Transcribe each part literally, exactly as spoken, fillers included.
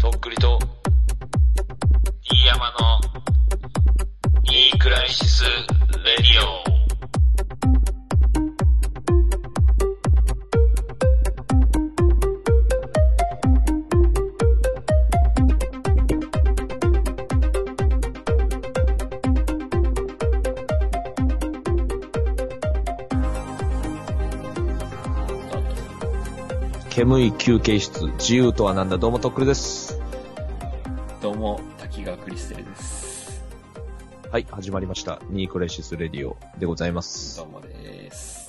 とっくりと飯山のいいクライシスレディオ。 煙い休憩室、自由とはなんだ。どうもとっくりです。 どうも滝川クリステルです。 はい、始まりましたニークレシスレディオでございます。 どうもです。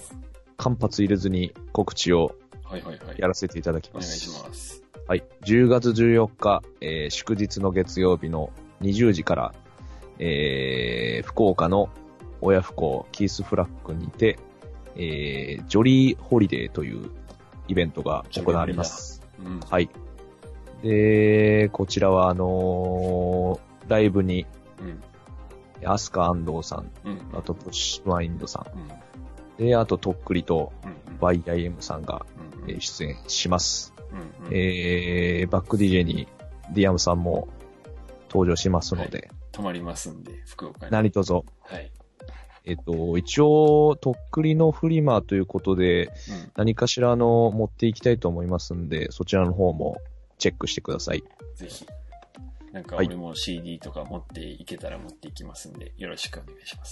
間髪入れずに告知をはいはいはいやらせていただきます。 お願いします。 はい、じゅうがつじゅうよっか、えー、祝日の月曜日のにじゅうじから、えー、福岡の親不孝キースフラッグにて、えー、ジョリーホリデーというイベントが行われます。 うん、 はい。で、こちらはあのー、ライブに、うん、アスカ安藤さん、うん、あとプッシュマインドさん、うん、で、あととっくりと、うん、バイアイエム さんが、うん、えー、出演します。うんうん、えー、バック ディージェー にディアムさんも登場しますので。はい、 泊まりますんで、福岡に。 何卒。 はい。 えっと、一応、とっくりのフリマということで、うん、何かしらの持っていきたいと思いますんで、そちらの方もチェックしてください。 ぜひ。なんか俺も シーディー とか持っていけたら持っていきますんで、よろしくお願いします。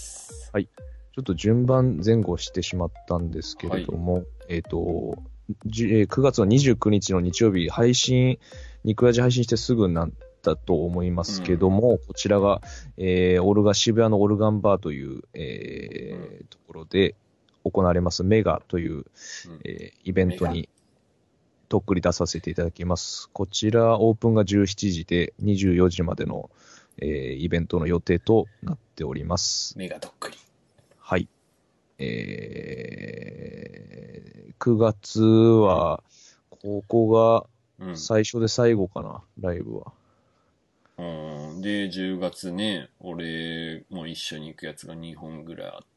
はい。ちょっと順番前後してしまったんですけれども、はい、えっと、くがつのにじゅうくにちの日曜日、配信、ニクラジ配信してすぐなんだと思いますけども、うん、こちらが、えー、オルガ、渋谷のオルガンバーという、えーうん、ところで行われますメガという、うん、えー、イベントにとっくり出させていただきます。こちらオープンがじゅうしちじでにじゅうよじまでの、えー、イベントの予定となっております。 メガとっくり。 はい。えー、くがつは、ここが最初で最後かな、うん、ライブは。 うん、で、じゅうがつね、俺も一緒に行くやつがにほんぐらいあって、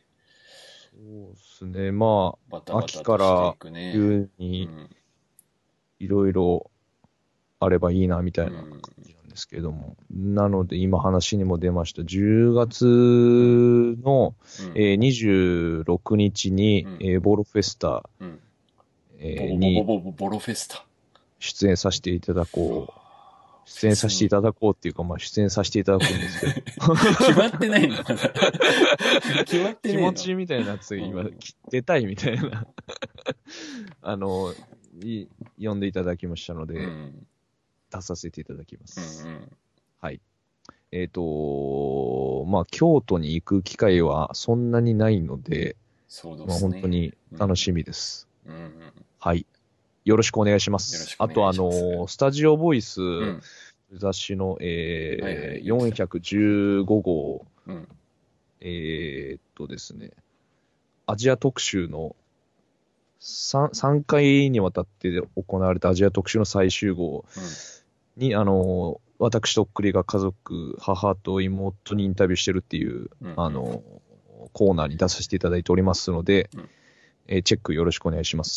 そうですね、まあ、 バタバタ秋から急にいろいろあればいいなみたいな感じなんですけれども、うん、なので今話にも出ましたじゅうがつの、うんえー、にじゅうろくにちに、うんえー、ボロフェスタ、うんえー、にボボボボロフェスタ出演させていただこう。出演させていただこうっていうか、まあ、出演させていただくんですけど。 決まってないのまだ。決まってないの気持ちみたいなやつ、今、出たいみたいな。あの、い、呼んでいただきましたので、うん、出させていただきます。うんうん、はい。えっと、まあ、京都に行く機会はそんなにないので、 そうですね。 まあ、本当に楽しみです。 うんうんうん、 はい。よろしくお願いします。あと、あの、スタジオボイス、うん、雑誌の、えーはいはい、よんひゃくじゅうごごう、うん、えー、っとですね、アジア特集の 3, さんかいにわたって行われたアジア特集の最終号に、うん、あの、私とっくりが家族、母と妹にインタビューしてるっていう、うん、あの、コーナーに出させていただいておりますので、うんえー、チェックよろしくお願いします。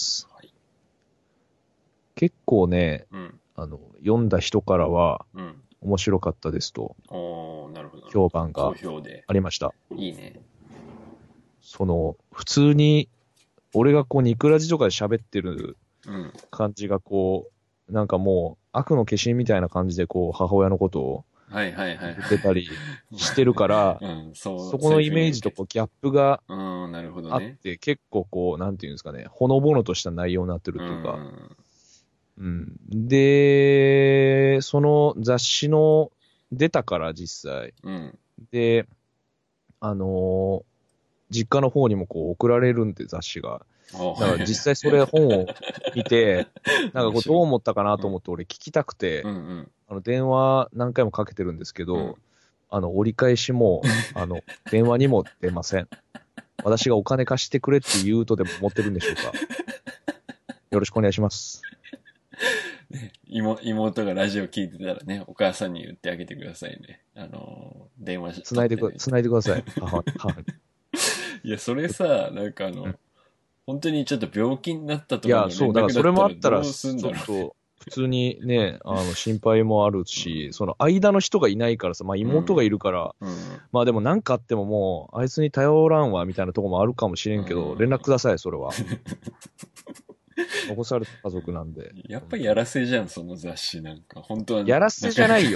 結構ね、うん、あの、読んだ人からは、うん、面白かったですと、 おー、なるほど。 評判がありました。 いいね。 その、普通に、俺がこう、ニクラジとかで喋ってる感じがこう、なんかもう、悪の化身みたいな感じでこう、母親のことをはいはいはい。 言ってたりしてるから、うん、そうそこのイメージとこうギャップがあって、ね、結構こう、なんていうんですかね、ほのぼのとした内容になってるというか、うんうん、で、その雑誌の出たから実際、うん、で、あのー、実家の方にもこう送られるんで雑誌が。だから実際それ本を見て、なんかこうどう思ったかなと思って俺聞きたくて、うんうん、あの電話何回もかけてるんですけど、うん、あの折り返しも、あの電話にも出ません。私がお金貸してくれって言うとでも思ってるんでしょうか。よろしくお願いします。 ね、妹, 妹がラジオ聞いてたらね、お母さんに言ってあげてくださいね。あのー、電話しつないでく、つないでください。母、母に。 いや、それさ、なんかあの、うん、本当にちょっと病気になったとかいや、そう、だからそれもあったら、ちょっと、 普通にね、あの、心配もあるし、その間の人がいないからさ、まあ妹がいるから、うんうん、まあでも何かあってももう、あいつに頼らんわ、みたいなとこもあるかもしれんけど、うん、連絡ください、それは。残された家族なんで。 やっぱりやらせじゃん、その雑誌なんか。本当は。 やらせじゃないよ。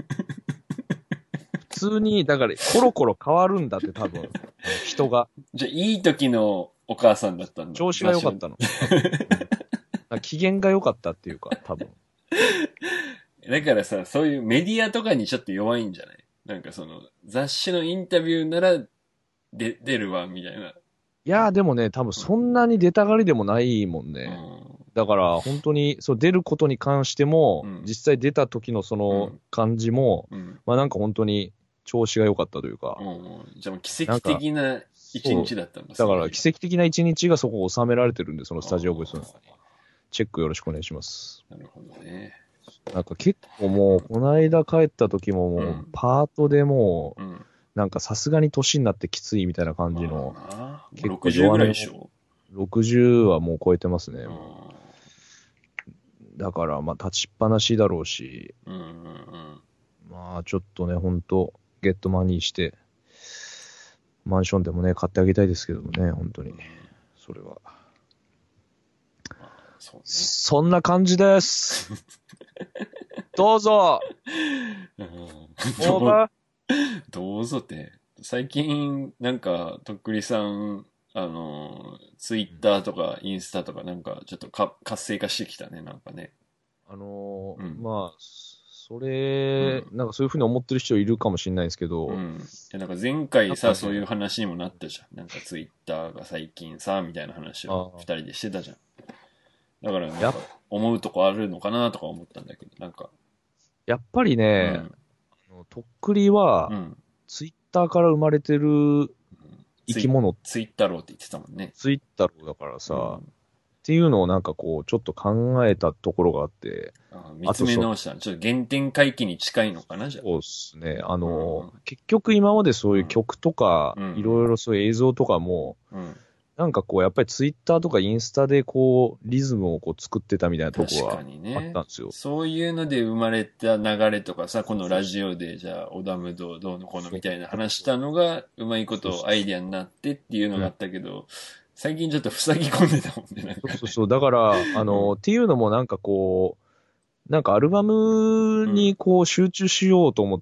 普通に、だから、コロコロ変わるんだって多分、人が。 じゃあ、いい時のお母さんだったんだ。 調子が良かったの。機嫌が良かったっていうか、多分。 だからさ、そういうメディアとかにちょっと弱いんじゃない？なんかその、雑誌のインタビューなら、で、出るわ、みたいな。 いやーでもね、多分そんなに出たがりでもないもんね。うん、だから本当に、そう出ることに関しても、うん、実際出た時のその感じも、うん、まあなんか本当に調子が良かったというか。 うん、じゃあもう奇跡的な一日だったんだ。 だから奇跡的な一日がそこ収められてるんで、そのスタジオブースの中に。チェックよろしくお願いします。 なるほどね。 なんか結構もう、この間帰った時ももう、パートでもう、うんなんかさすがに年になってきついみたいな感じの。 まあ、結構ろくじゅうぐらいでしょ ? ろくじゅう はもう超えてますね。だからまあ立ちっぱなしだろうし。うんうんうん、まあちょっとね、ほんと、ゲットマニーして、マンションでもね、買ってあげたいですけどもね、本当に。それは。そうね、そんな感じです。どうぞ、 うん、オーバーどうぞって。最近、なんか、とっくりさん、あの、ツイッターとかインスタとかなんか、ちょっとか活性化してきたね、なんかね。 あのーうん、まあ、それ、うん、なんかそういうふうに思ってる人いるかもしれないですけど。うん。 なんか前回さ、そういう話にもなったじゃん。なんかツイッターが最近さ、みたいな話を二人でしてたじゃん。だから、なんか、思うとこあるのかなとか思ったんだけど、なんか。 やっぱりね、うんとっくりは、うん、ツイッターから生まれてる生き物。 ツイッターローって言ってたもんね。 ツイッターローだからさ、うん、っていうのをなんかこう、ちょっと考えたところがあって。 ああ見つめ直した。ちょっと原点回帰に近いのかな、じゃあ。 そうですね。あの、うん、結局今までそういう曲とか、いろいろそういう映像とかも、うんなんかこう、やっぱりツイッターとかインスタでこう、リズムをこう作ってたみたいなところがあったんですよ。 ね、そういうので生まれた流れとかさ、このラジオでじゃあ、オダムドどうのこうのみたいな話したのが、うまいことアイディアになってっていうのがあったけど、うん、最近ちょっと塞ぎ込んでたもんね、なんか。 そうそうそう。だから、あの、うん、っていうのもなんかこう、なんかアルバムにこう集中しようと思って、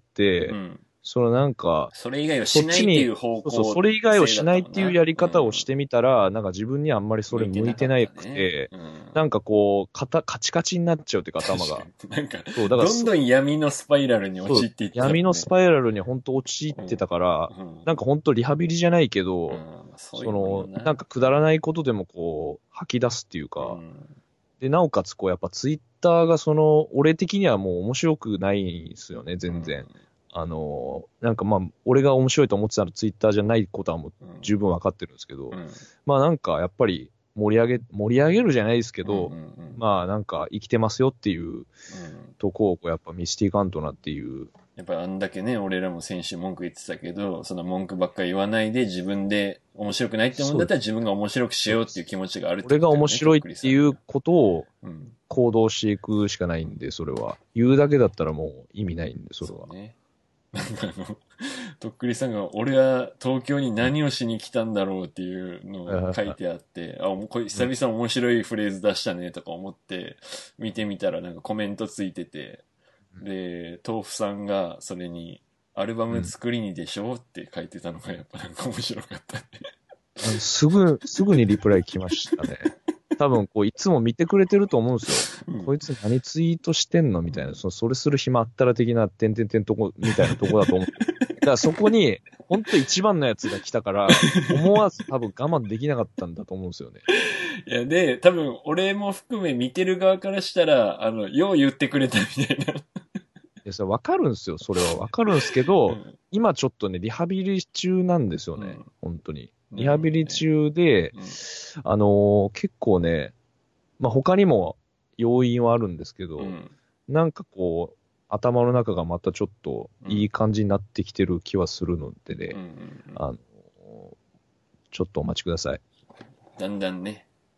うんそのなんか、 それ以外をしないっていう方向そうそう、それ以外をしないっていうやり方をしてみたら、うん、なんか自分にはあんまりそれ向いてなくて、な、ねうん、なんかこう、カタ、カチカチになっちゃうっていうか頭が。 なんか、そうだからどんどん闇のスパイラルに陥っていって、 ね、闇のスパイラルに本当陥ってたから、うん、なんか本当リハビリじゃないけど、うん、そ, その、なんかくだらないことでもこう、吐き出すっていうか、で、なおかつこう、やっぱツイッターがその、俺的にはもう面白くないんですよね、全然。あの、なんかまあ、俺が面白いと思ってたらツイッターじゃないことはもう十分わかってるんですけど、うん、まあなんかやっぱり盛り上げ、盛り上げるじゃないですけど、うんうんうん、まあなんか生きてますよっていうとこをこうやっぱミスティカントなっていう。 やっぱあんだけね、俺らも先週文句言ってたけど、その文句ばっかり言わないで自分で面白くないって思うんだったら自分が面白くしようっていう気持ちがあるってことだよね。 俺が面白いっていうことを行動していくしかないんで、それは。言うだけだったらもう意味ないんで、それは。そうね。 なんかあの、とっくりさんが、俺は東京に何をしに来たんだろうっていうのが書いてあって、あ、もうこれ久々面白いフレーズ出したねとか思って、見てみたらなんかコメントついてて、で、豆腐さんがそれに、アルバム作りにでしょって書いてたのがやっぱなんか面白かったね。 すぐ、すぐにリプライ来ましたね。多分、こう、いつも見てくれてると思うんですよ。うん、こいつ何ツイートしてんのみたいな、そそれする暇あったら的な、てんてんてんとこ、みたいなとこだと思う。だからそこに、ほんと一番のやつが来たから、思わず多分我慢できなかったんだと思うんですよね。 いや、で、多分、俺も含め見てる側からしたら、あの、よう言ってくれたみたいな。いや、それわかるんですよ。それはわかるんですけど、うん、今ちょっとね、リハビリ中なんですよね。うん、本当に。リハビリ中で、うん、あのー、結構ね、まあ、他にも要因はあるんですけど、うん、なんかこう、頭の中がまたちょっといい感じになってきてる気はするのでね、うんうんうん、あのー、ちょっとお待ちください。 だんだんね、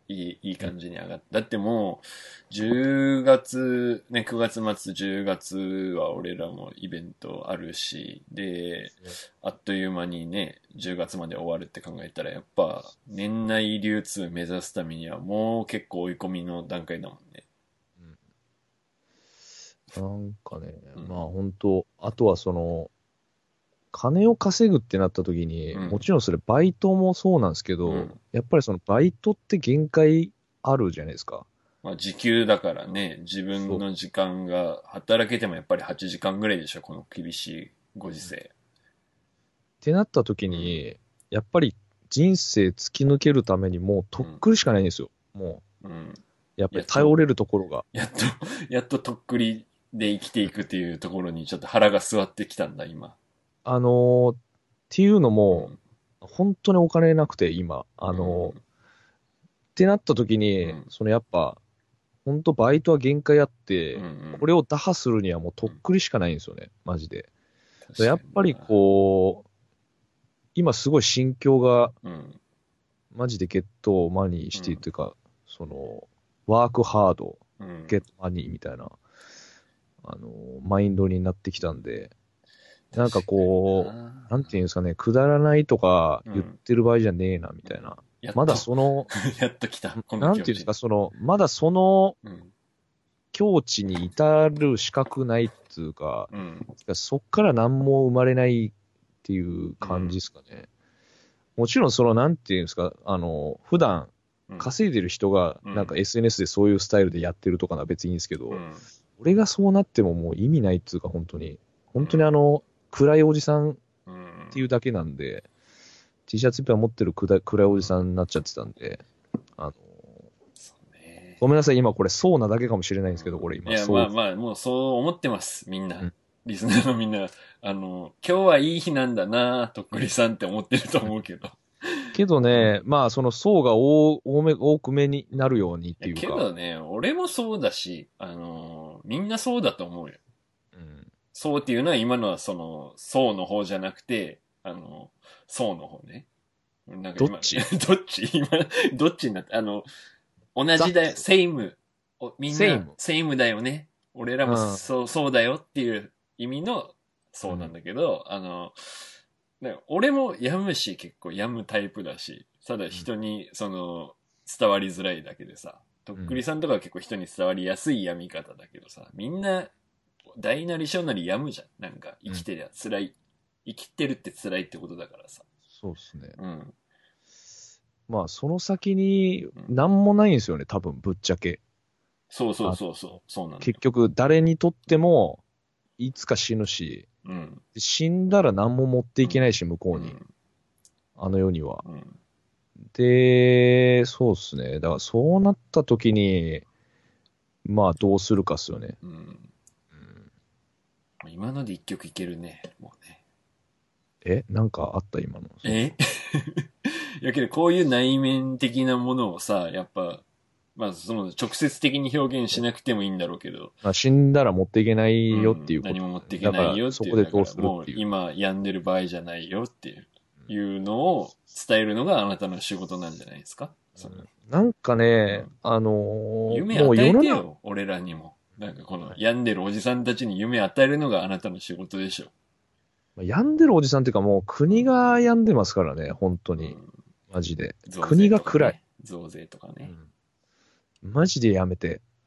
いい、いい感じに上がって。だってもう、じゅうがつ、ね、くがつ末、じゅうがつは俺らもイベントあるし、で、あっという間にね、じゅうがつまで終わるって考えたら、やっぱ、年内流通目指すためにはもう結構追い込みの段階だもんね。 うん、なんかね、うん、まあ本当あとはその、金を稼ぐってなった時に、うん、もちろんそれバイトもそうなんですけど、うん、やっぱりそのバイトって限界あるじゃないですか。 まあ時給だからね、自分の時間が働けてもやっぱりはちじかんぐらいでしょ、この厳しいご時世。 ってなった時に、うん、やっぱり人生突き抜けるためにもうとっくりしかないんですよ、うん、もう。うん、やっぱり頼れるところが。 やっと、やっととっくりで生きていくっていうところにちょっと腹が据わってきたんだ、今。 あのー、っていうのも、うん、本当にお金なくて、今。あのー、うん、ってなった時に、うん、そのやっぱ、本当バイトは限界あって、うんうん、これを打破するにはもうとっくりしかないんですよね、マジで。やっぱりこう、今すごい心境が、マジでゲットマニーしていうというか、うん、その、ワークハード、ゲットマニーみたいな、あのー、マインドになってきたんで、なんかこう、なんていうんですかね、くだらないとか言ってる場合じゃねえな、みたいな。うん、まだその、 やっと来た。 このなんていうんですか、その、まだその、境地に至る資格ないっていうか、うん、そっから何も生まれないっていう感じですかね。うん、もちろんその、なんていうんですか、あの、普段稼いでる人が、なんか エスエヌエス でそういうスタイルでやってるとかなら別にいいんですけど、うん、俺がそうなってももう意味ないっていうか、本当に。本当にあの、暗いおじさんっていうだけなんで、うん、T シャツいっぱい持ってる暗いおじさんになっちゃってたんで、あの、ね、ごめんなさい、今これそうなだけかもしれないんですけど、これ今。 いや、まあまあ、もうそう思ってます、みんな。うん、リスナーのみんな。あの、今日はいい日なんだな、とっくりさんって思ってると思うけど。 けどね、まあ、その層が多多め多くめになるようにっていうか。 けどね、俺もそうだし、あのー、みんなそうだと思うよ。うん、そうっていうのは今のはその、層の方じゃなくて、あの、層の方ね。 なんか今、どっちどっち今、どっちになって、あの、同じだよ、セイム。みんな、セイム、セイムだよね。俺らもそう、うん、そうだよっていう意味の、そうなんだけど、うん、あの、俺も病むし、結構病むタイプだし、ただ人に、その、伝わりづらいだけでさ、とっくりさんとかは結構人に伝わりやすい病み方だけどさ、みんな、大なり小なり病むじゃん。なんか、生きてりゃ辛い、うん。生きてるって辛いってことだからさ。 そうっすね。うん。まあ、その先に、なんもないんですよね、多分、ぶっちゃけ。 そうそうそうそう。そうなんだ。 結局、誰にとっても、いつか死ぬし、うん、死んだら何も持っていけないし、うん、向こうに。うん、あの世には。うん、で、そうっすね。だから、そうなった時に、まあ、どうするかっすよね。うんうん、今ので一曲いけるね、もうね。 えなんかあった今の。 えいやけど、こういう内面的なものをさ、やっぱ、まあ、その直接的に表現しなくてもいいんだろうけど。 まあ、死んだら持っていけないよっていうこと、 うん、何も持っていけないよっていう。そこでどうするっていう。もう今病んでる場合じゃないよっていう、うん、いうのを伝えるのがあなたの仕事なんじゃないですか、 うん、なんかね、うん、あのー、 夢与えてよ、俺らにも。なんかこの病んでるおじさんたちに夢与えるのがあなたの仕事でしょ。 病んでるおじさんっていうかもう国が病んでますからね、本当に。うん、マジで。ね、国が暗い。 増税とかね。 うん、マジでやめて。うん、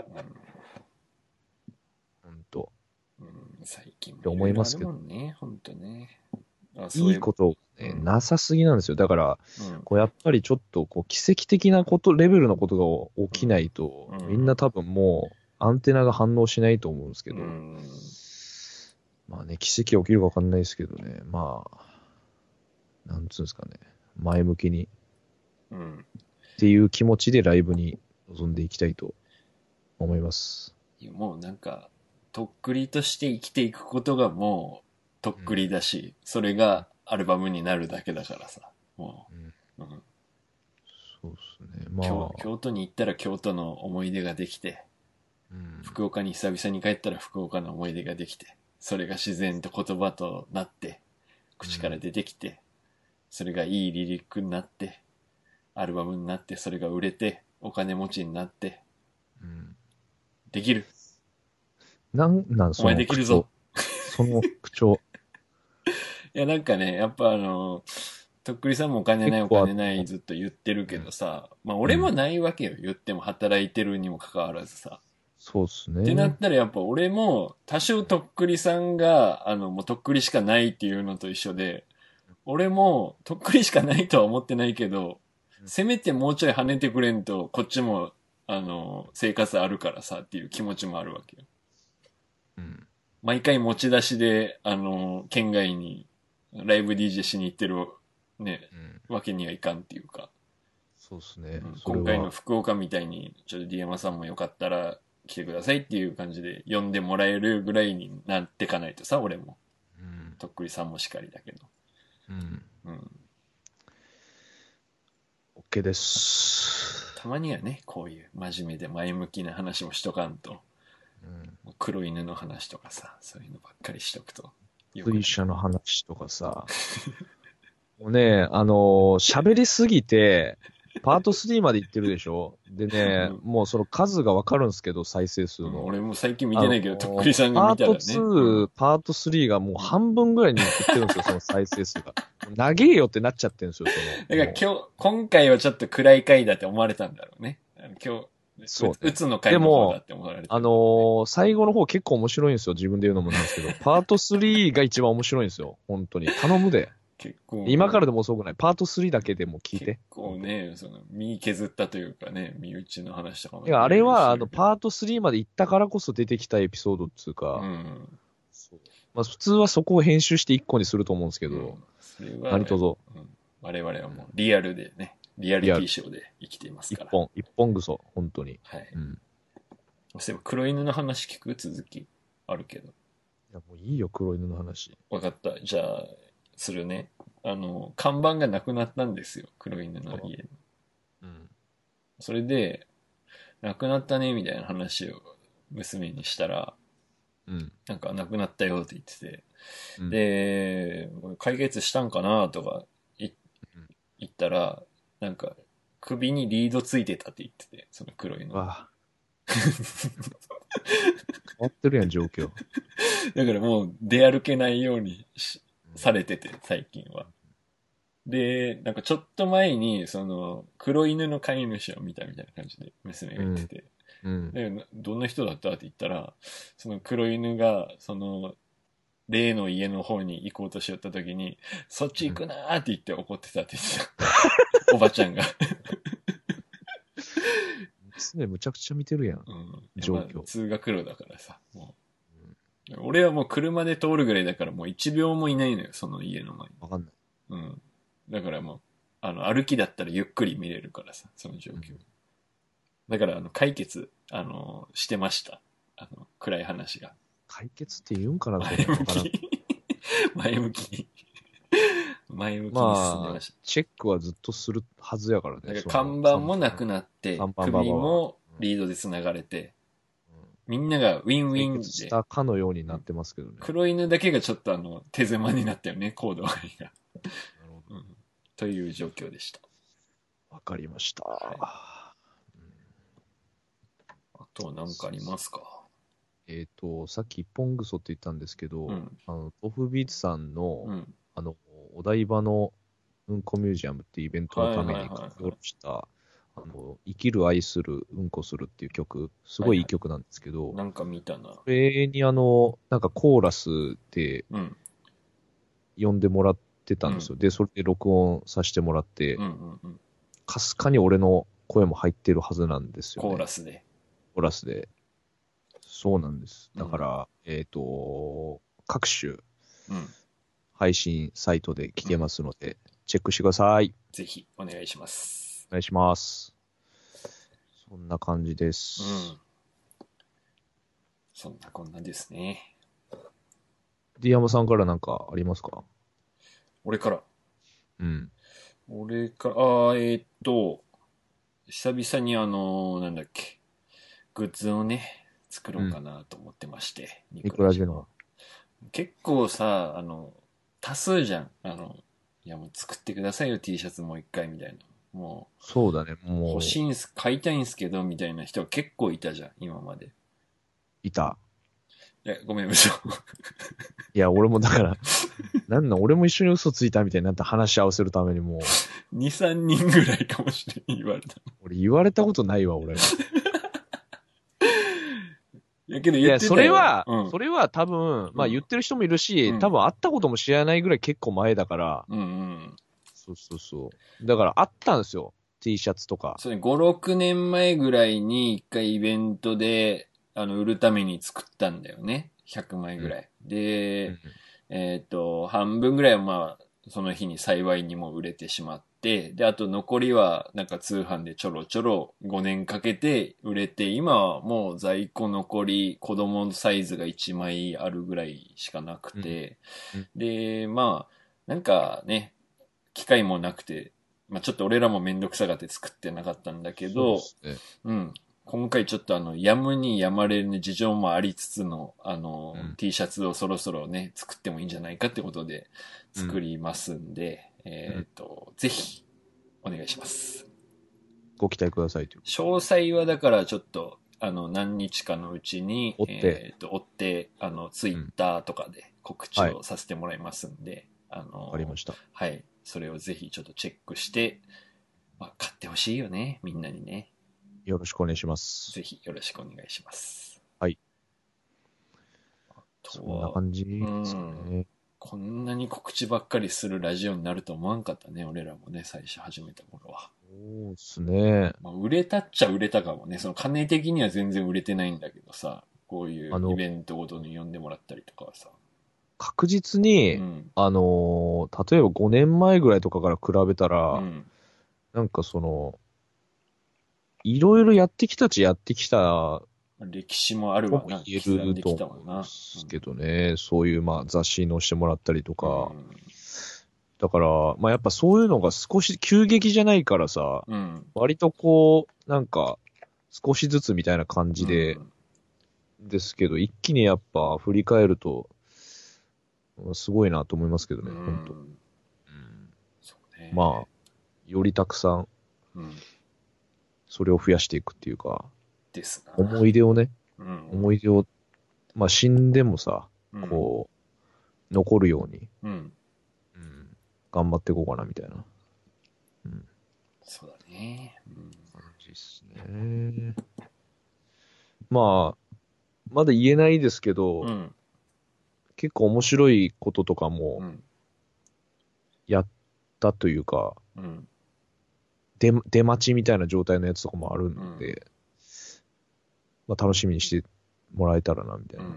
本当。 うん、最近もって思いますけど。 ね、本当ね。 いいこと、ね、うん、なさすぎなんですよ。だから、うん、こうやっぱりちょっとこう奇跡的なこと、レベルのことが起きないと、うん、みんな多分もうアンテナが反応しないと思うんですけど、うん、まあね、奇跡起きるかわかんないですけどね、まあ、なんつうんですかね、前向きに、うん、っていう気持ちでライブに臨んでいきたいと思います。 いやもうなんか、とっくりとして生きていくことがもう、とっくりだし、うん、それがアルバムになるだけだからさ、もう。うんうん、 そうですね。まあ京。京都に行ったら京都の思い出ができて、うん、福岡に久々に帰ったら福岡の思い出ができて、それが自然と言葉となって、口から出てきて、うん、それがいいリリックになって、アルバムになって、それが売れて、 お金持ちになって、 うん、 できる。 なんなんその口調。お前できるぞ。 その口調。 いや、なんかね、やっぱあの、とっくりさんもお金ないお金ないずっと言ってるけどさ、まあ俺もないわけよ。言っても働いてるにもかかわらずさ。 そうっすね。 ってなったらやっぱ俺も多少とっくりさんが、あの、もうとっくりしかないっていうのと一緒で、俺もとっくりしかないとは思ってないけど、せめてもうちょい跳ねてくれんと、こっちも、あの、生活あるからさっていう気持ちもあるわけよ。うん。毎回持ち出しで、あの、県外にライブ ディージェー しに行ってる、ね、うん、わけにはいかんっていうか。 そうですね、うん。 今回の福岡みたいに、ちょっとディアマさんもよかったら来てくださいっていう感じで呼んでもらえるぐらいになってかないとさ、俺も。うん、とっくりさんもしかりだけど。うん。うん。 OK です。 たまにはね、こういう真面目で前向きな話もしとかんと。うん、黒犬の話とかさ、そういうのばっかりしとくと。 水車の話とかさ。もうね、あのー、喋りすぎて、パートスリーまで行ってるでしょ。でね、うん、もうその数がわかるんですけど、再生数の。うん、 俺も最近見てないけど、とっくりさんが見たらね。 パートツー、うん、パートスリーがもう半分ぐらいに行ってるんですよ、その再生数が。長えよってなっちゃってるんですよ、その。だから今日、今回はちょっと暗い回だって思われたんだろうね。今日、そう、ね。うつの回の方だって思われてる、ね。 あのー、最後の方結構面白いんですよ、自分で言うのもなんですけど。パートスリーが一番面白いんですよ、本当に。頼むで。結構。今からでも遅くない。パートスリーだけでも聞いて。 結構ね、その、身削ったというかね、身内の話とかも。 いや、あれは、あの、パートスリーまで行ったからこそ出てきたエピソードっていうか、うん。そうまあ、普通はそこを編集して一個にすると思うんですけど、うん、それは、何とぞ、 うん。我々はもうリアルでね、リアリティショーで生きていますから。 一本、一本ぐそ、本当に。はい。うん。 そういえば黒犬の話聞く続きあるけど。いや、もういいよ、黒犬の話。 わかった。じゃあ、するね。あの、看板がなくなったんですよ。黒犬の家に。うん。それで、なくなったね、みたいな話を娘にしたら、うん。なんか、なくなったよって言ってて、うん、で、解決したんかなとか言ったら、なんか、首にリードついてたって言ってて、その黒犬。わ変わってるやん、状況。 だからもう出歩けないようにされてて、最近は。で、なんかちょっと前に、その、黒犬の飼い主を見たみたいな感じで娘が言ってて、うんうん、でどんな人だったって言ったら、その黒犬が、その、例の家の方に行こうとしよった時に、そっち行くなーって言って怒ってたって言ってた。おばちゃんが。 娘むちゃくちゃ見てるやん。うん、状況、まあ。 通学路だからさ、もう、うん。俺はもう車で通るぐらいだからもう一秒もいないのよ、その家の前に。 わかんない。 うん。だからもう、あの、歩きだったらゆっくり見れるからさ、その状況。うん、だから、あの、解決、あの、してました。あの、暗い話が。 解決って言うんかな、 前向き。前向きに。前向きに進んでました。まあ、 チェックはずっとするはずやからね。 だから看板もなくなって、首もリードで繋がれて、うん、みんながウィンウィンで。 したかのようになってますけどね。 黒犬だけがちょっとあの、手狭になったよね、コード割りが。うん、という状況でした。 わかりました。はい、 うん、あとは何かありますか？ えっ、ー、と、さっき一本ぐそって言ったんですけど、うん、あの、トフビーツさんの、うん、あの、お台場のうんこミュージアムっていうイベントのために書き下ろした、あの、生きる愛するうんこするっていう曲、すごいいい曲なんですけど、はいはい、 なんか見たな。 それにあの、なんかコーラスで、呼んでもらってたんですよ。うん、で、それで録音させてもらって、うんうんうん、かすかに俺の声も入ってるはずなんですよね。 コーラスで。 コーラスで。そうなんです。だから、うん、えっ、ー、と、各種、うん、配信サイトで聞けますので、うん、チェックしてください。 ぜひ、お願いします。 お願いします。そんな感じです。うん。 そんなこんなですね。 ディアマさんからなんかありますか？ 俺から。 うん。 俺から、あー、えー、っと、久々にあのー、なんだっけ、グッズをね、作ろうかなと思ってまして。 うん、ニクラジの。 結構さ、あの、多数じゃん。あの、いやもう作ってくださいよ T シャツもう一回みたいな。 もう。そうだね、もう。 欲しいんす、買いたいんすけど、みたいな人が結構いたじゃん、今まで。 いた。 いや、ごめん、嘘。 いや、俺もだから、なんなん、俺も一緒に嘘ついたみたいになって話し合わせるためにもう。に、さんにんぐらいかもしれん、言われた。 俺言われたことないわ、俺。 いやけど言ってたよ。 いや、それは、 うん、 それは多分、まあ言ってる人もいるし、うん、多分会ったことも知らないぐらい結構前だから。 うんうん。 そうそうそう。だからあったんですよ。T シャツとか。 それご、ろくねんまえぐらいに一回イベントで、あの、売るために作ったんだよね。ひゃくまいぐらい。うん、で、うん、えっと、半分ぐらいはまあ、その日に幸いにも売れてしまって、で、あと残りはなんか通販でちょろちょろごねんかけて売れて、今はもう在庫残り子供のサイズがいちまいあるぐらいしかなくて、うんうん、で、まあ、なんかね、機会もなくて、まあちょっと俺らもめんどくさがって作ってなかったんだけど、うね、うん。今回ちょっとあの、やむにやまれる事情もありつつの、あの、うん、T シャツをそろそろね、作ってもいいんじゃないかってことで作りますんで、うん、えっと、ぜひ、お願いします。 ご期待くださいという。 詳細はだからちょっと、あの、何日かのうちに、 追って、 えっと、追って、あの、ツイッターとかで告知をさせてもらいますんで、はい、あの、 わかりました。 はい。それをぜひちょっとチェックして、まあ、買ってほしいよね、みんなにね。 よろしくお願いします。 ぜひよろしくお願いします。 はい。あとそんな感じですかね。 こんなに告知ばっかりするラジオになると思わんかったね、俺らもね、最初始めた頃は。 そうですね。 まあ、売れたっちゃ売れたかもね。その金的には全然売れてないんだけどさ、こういうイベントごとに呼んでもらったりとかはさ。 確実に、うん、あのー、例えばごねんまえぐらいとかから比べたら、うん、なんかその、いろいろやってきたちやってきた、 歴史もあるわな。 言えると思うんですけどね、うん、そういうまあ雑誌に載せてもらったりとか、うん、だから、まあやっぱそういうのが少し急激じゃないからさ、うん、割とこう、なんか少しずつみたいな感じで、うん、ですけど、一気にやっぱ振り返ると、すごいなと思いますけどね、本当、うん、そうね。まあ、よりたくさん、うん、それを増やしていくっていうか、 ですな。 思い出をね、うん、思い出を、まあ死んでもさ、うん、こう、残るように、うんうん、頑張っていこうかなみたいな。 うん、そうだね。うん、 感じですね。まあ、まだ言えないですけど、うん、結構面白いこととかも、やったというか、うん、出、出待ちみたいな状態のやつとかもあるんで、うん、まあ楽しみにしてもらえたらな、みたいな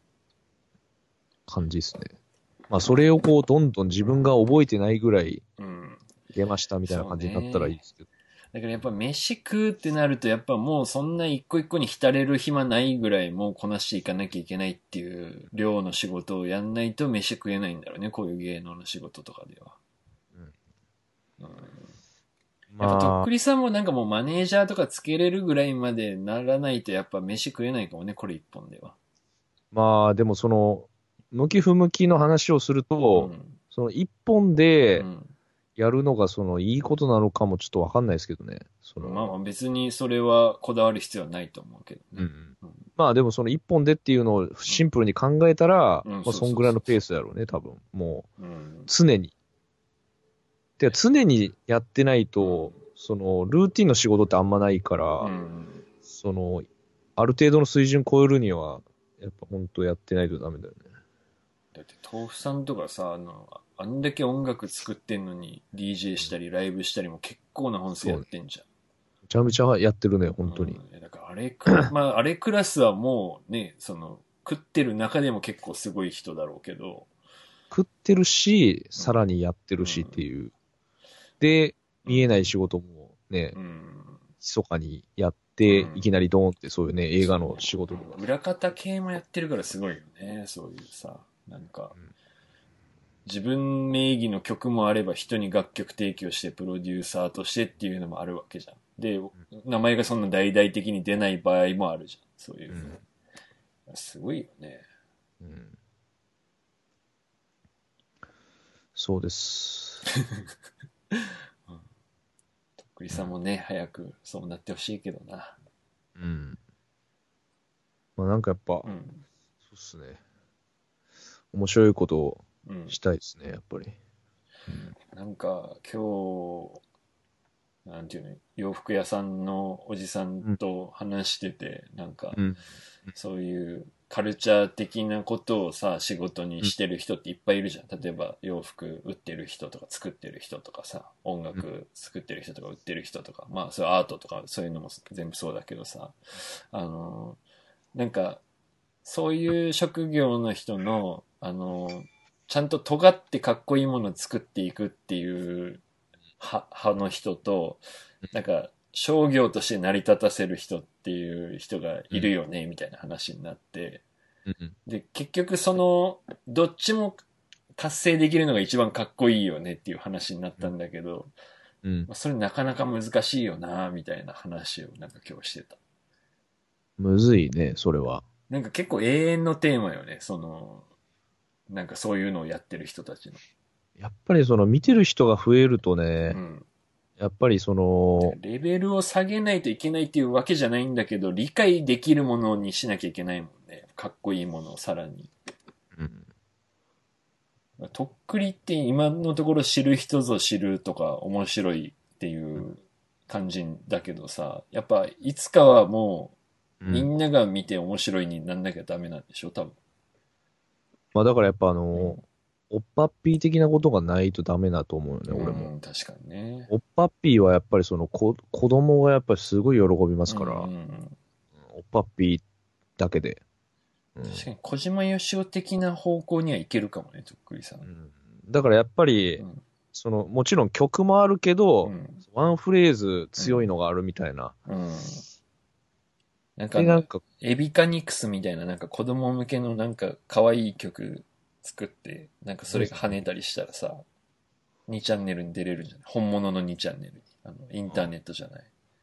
感じですね。まあそれをこう、どんどん自分が覚えてないぐらい、出ましたみたいな感じになったらいいですけど。 だからやっぱ飯食うってなるとやっぱもうそんな一個一個に浸れる暇ないぐらいもうこなしていかなきゃいけないっていう量の仕事をやんないと飯食えないんだろうね、こういう芸能の仕事とかでは。うん。うん、やっぱとっくりさんもなんかもうマネージャーとかつけれるぐらいまでならないとやっぱ飯食えないかもね、これ一本では。 まあでもその、向き不向きの話をすると、うん、その一本で、うんやるのがそのいいことなのかもちょっとわかんないですけどね。そのまあ別にそれはこだわる必要はないと思うけどね。うんうん、まあでもその一本でっていうのをシンプルに考えたら、うん、まあそんぐらいのペースだろうね、多分。もう、常に。で、常にやってないと、うん、そのルーティンの仕事ってあんまないから、うん、その、ある程度の水準超えるには、やっぱ本当やってないとダメだよね。 だって豆腐さんとかさ、あの、あんだけ音楽作ってんのに ディージェー したりライブしたりも結構な本数やってんじゃん。 めちゃめちゃやってるね、本当に。 うん、だからあれクラ、まああれクラスはもうね、その、食ってる中でも結構すごい人だろうけど。 食ってるし、さらにやってるしっていう。うん、で、見えない仕事もね、うん、密かにやって、うん、いきなりドーンってそういうね、映画の仕事とか。 裏方系もやってるからすごいよね、そういうさ。なんか、うん、自分名義の曲もあれば人に楽曲提供してプロデューサーとしてっていうのもあるわけじゃん。で、うん、名前がそんな大々的に出ない場合もあるじゃん。そういう、うん、すごいよね、うん、 そうです、 うん、とくりさんもね、うん、早くそうなってほしいけどな。 うん。まあなんかやっぱ、うん、そうっすね。面白いことをしたいですね、うん、やっぱり。 うん、なんか今日、なんていうの、洋服屋さんのおじさんと話してて、うん、なんか、うん、そういうカルチャー的なことをさ、仕事にしてる人っていっぱいいるじゃん。例えば洋服売ってる人とか作ってる人とかさ、音楽作ってる人とか売ってる人とか、まあそういうアートとかそういうのも全部そうだけどさ、あの、なんか、そういう職業の人の、あの、ちゃんと尖ってかっこいいものを作っていくっていう派の人と、なんか、商業として成り立たせる人っていう人がいるよね、みたいな話になって、で、結局その、どっちも達成できるのが一番かっこいいよねっていう話になったんだけど、うん、まあ、それなかなか難しいよな、みたいな話をなんか今日してた。 むずいね、それは。 なんか結構永遠のテーマよね、その、なんかそういうのをやってる人たちの。 やっぱりその見てる人が増えるとね、うん、やっぱりその、 レベルを下げないといけないっていうわけじゃないんだけど、理解できるものにしなきゃいけないもんね。かっこいいものをさらに。うん。とっくりって今のところ知る人ぞ知るとか面白いっていう感じだけどさ、やっぱいつかはもうみんなが見て面白いになんなきゃダメなんでしょ、多分。 まあだからやっぱあの、うんおっぱっぴー的なことがないとダメだと思うよね、俺も。 うん、確かにね。 おっぱっぴーはやっぱりその子、子供がやっぱりすごい喜びますから、うんうん、おっぱっぴーだけで、 うん。確かに小島よしお的な方向にはいけるかもね、とっくりさん。うん、 だからやっぱり、うん、その、もちろん曲もあるけど、うん、ワンフレーズ強いのがあるみたいな。うん。うん、 なんかなんか、エビカニクスみたいななんか子供向けのなんか可愛い曲作って、なんかそれが跳ねたりしたらさ、にチャンネルに出れるじゃない。本物のにチャンネルに。あの、インターネットじゃない。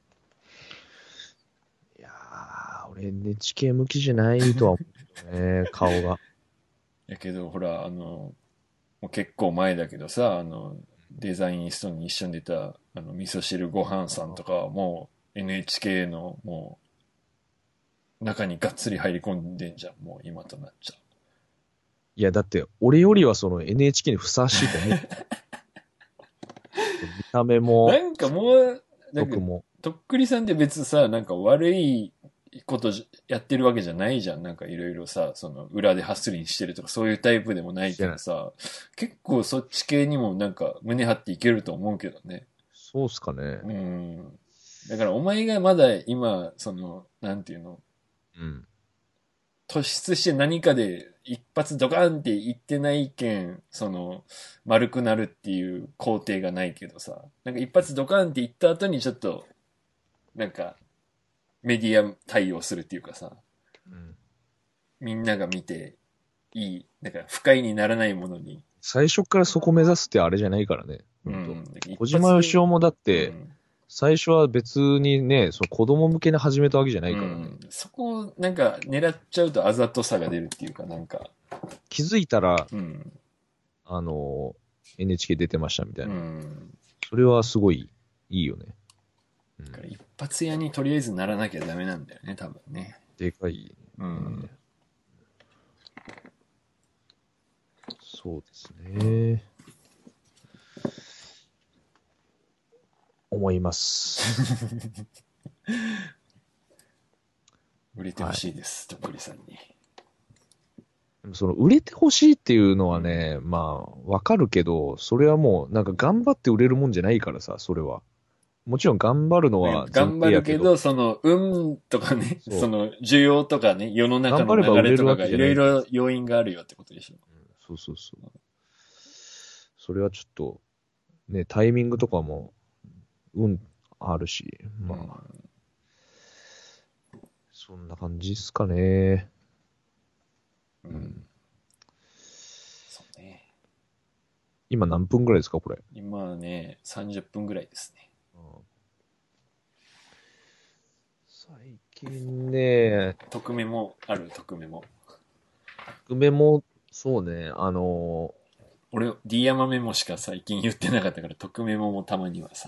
いやー、俺 エヌエイチケー 向きじゃないとは思うけどね、顔が。 やけど、ほら、あの、もう結構前だけどさ、あの、デザイニストに一緒に出た、あの、味噌汁ごはんさんとかはもう エヌエイチケー のもう、中にがっつり入り込んでんじゃん、もう今となっちゃう。 いや、だって、俺よりはその エヌエイチケー にふさわしいと思う。見た目も。 なんかもう、なんかも。とっくりさんって別さ、なんか悪いことやってるわけじゃないじゃん。なんかいろいろさ、その裏でハッスリンしてるとかそういうタイプでもないけどさ、結構そっち系にもなんか胸張っていけると思うけどね。 そうっすかね。 うん。だからお前がまだ今、その、なんていうの、うん。突出して何かで一発ドカーンって言ってないけん、その、丸くなるっていう工程がないけどさ、なんか一発ドカーンって言った後にちょっと、なんか、メディア対応するっていうかさ、うん、みんなが見ていい、なんか不快にならないものに。 最初からそこ目指すってあれじゃないからね。うん、小島よしおもだって、うん最初は別にね、その子供向けに始めたわけじゃないからね。うん、 そこをなんか狙っちゃうとあざとさが出るっていうかなんか。 気づいたら、うん、あの、エヌエイチケー 出てましたみたいな。うん、それはすごいいいよね。 うん、だから一発屋にとりあえずならなきゃダメなんだよね、多分ね。 でかい、ね。うん。そうですね。思います。 売れてほしいです、とっくりさんに。 その売れてほしいっていうのはね、うん、まあ、わかるけど、それはもう、なんか頑張って売れるもんじゃないからさ、それは。もちろん頑張るのは頑張るけど、その、運とかね、そ, その、需要とかね、世の中の流れとかがいろいろ要因があるよってことでしょ。 うん、そうそうそう。それはちょっと、ね、タイミングとかも、運あるし、まあ、うん、そんな感じっすかね。うん。そうね。今何分ぐらいですか、これ。 今ね、さんじゅっぷんぐらいですね。うん、 最近ね、 匿名もある、匿名も。 匿名も、そうね、あのー、 俺、D 山メモしか最近言ってなかったから、匿メモもたまにはさ。 匿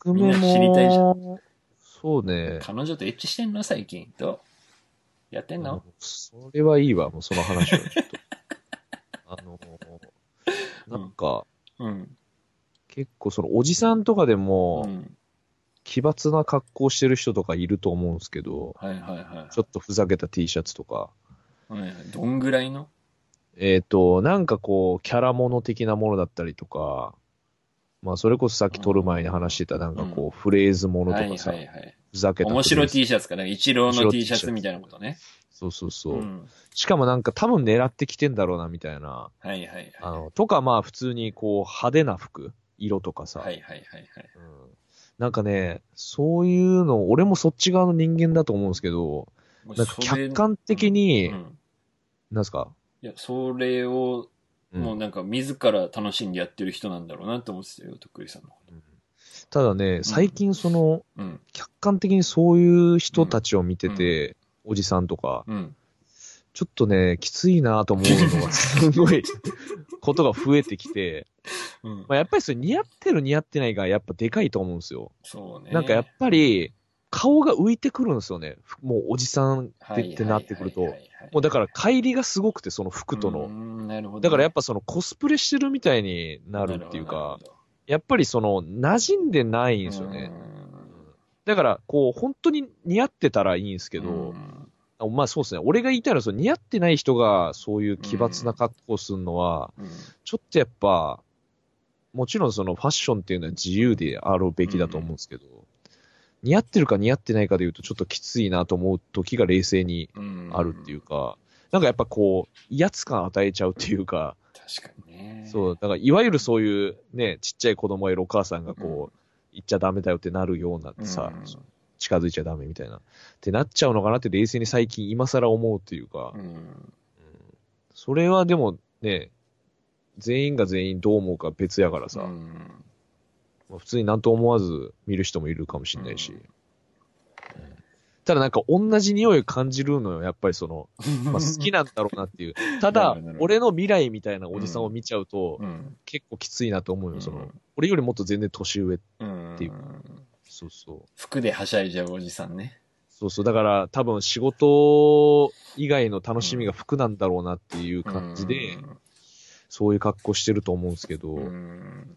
革命も、みんな知りたいじゃん。そうね。 彼女とエッチしてんの最近。どうやってんの？ それはいいわ、もうその話はちょっと。あの、なんか、うん、結構そのおじさんとかでも、うん、奇抜な格好してる人とかいると思うんですけど、 はいはいはい。 ちょっとふざけた T シャツとか。 はいはい。どんぐらいの？ えっと、なんかこう、キャラもの的なものだったりとか、まあそれこそさっき撮る前に話してたなんかこう、うん、フレーズものとかさ、はいはいはい、ふざけた。 面白 T シャツかね、イチローの T シャツみたいなことね。 そうそうそう。うん、しかもなんか多分狙ってきてんだろうなみたいな。 はいはいはい。 あの、とかまあ普通にこう派手な服、色とかさ。 はいはいはいはい。 うん、なんかね、そういうの、俺もそっち側の人間だと思うんですけど、なんか客観的に、うんうん、なんすか？ いや、それを、もうなんか自ら楽しんでやってる人なんだろうなって思ってたよ、とっくりさんのこと。うん、 ただね、最近その、うん、客観的にそういう人たちを見てて、うん、おじさんとか、うん、ちょっとね、きついなと思うのがすごいことが増えてきて、うん、まあ、やっぱりそれ似合ってる似合ってないがやっぱでかいと思うんですよ。 そうね。 なんかやっぱり顔が浮いてくるんですよね。もうおじさんってってなってくると。もうだから乖離がすごくてその服との。 なるほど、ね。 だからやっぱそのコスプレしてるみたいになるっていうか、やっぱりその馴染んでないんですよね。だからこう本当に似合ってたらいいんですけど、まあそうですね。俺が言いたいのは、その似合ってない人がそういう奇抜な格好をするのは、うん、ちょっとやっぱ、もちろんそのファッションっていうのは自由であるべきだと思うんですけど、うん、似合ってるか似合ってないかで言うとちょっときついなと思う時が冷静にあるっていうか、うん、なんかやっぱこう、威圧感与えちゃうっていうか、 確かにね。 そう、だからいわゆるそういうね、ちっちゃい子供がいるお母さんがこう、うん、言っちゃダメだよってなるようなさ、うん、近づいちゃダメみたいな。ってなっちゃうのかなって冷静に最近今更思うっていうか。うんうん、それはでもね、全員が全員どう思うか別やからさ。うんまあ、普通になんと思わず見る人もいるかもしれないし。うん、ただなんか同じ匂いを感じるのよ。やっぱりその、まあ、好きなんだろうなっていう。ただ、俺の未来みたいなおじさんを見ちゃうと、うん、結構きついなと思うよ。その、俺よりもっと全然年上っていう。うんそうそう。 服ではしゃいじゃうおじさんね。 そうそう。だから多分仕事以外の楽しみが服なんだろうなっていう感じで、うん、そういう格好してると思うんですけど、うん、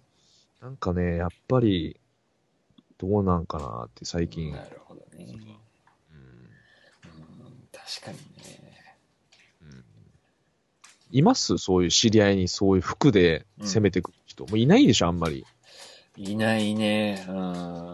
なんかね、やっぱり、どうなんかなって最近。 なるほどね。うん、うん、確かにね、 うん。いますそういう知り合いにそういう服で攻めてくる人。うん、もういないでしょ、あんまり。 いないね。うん。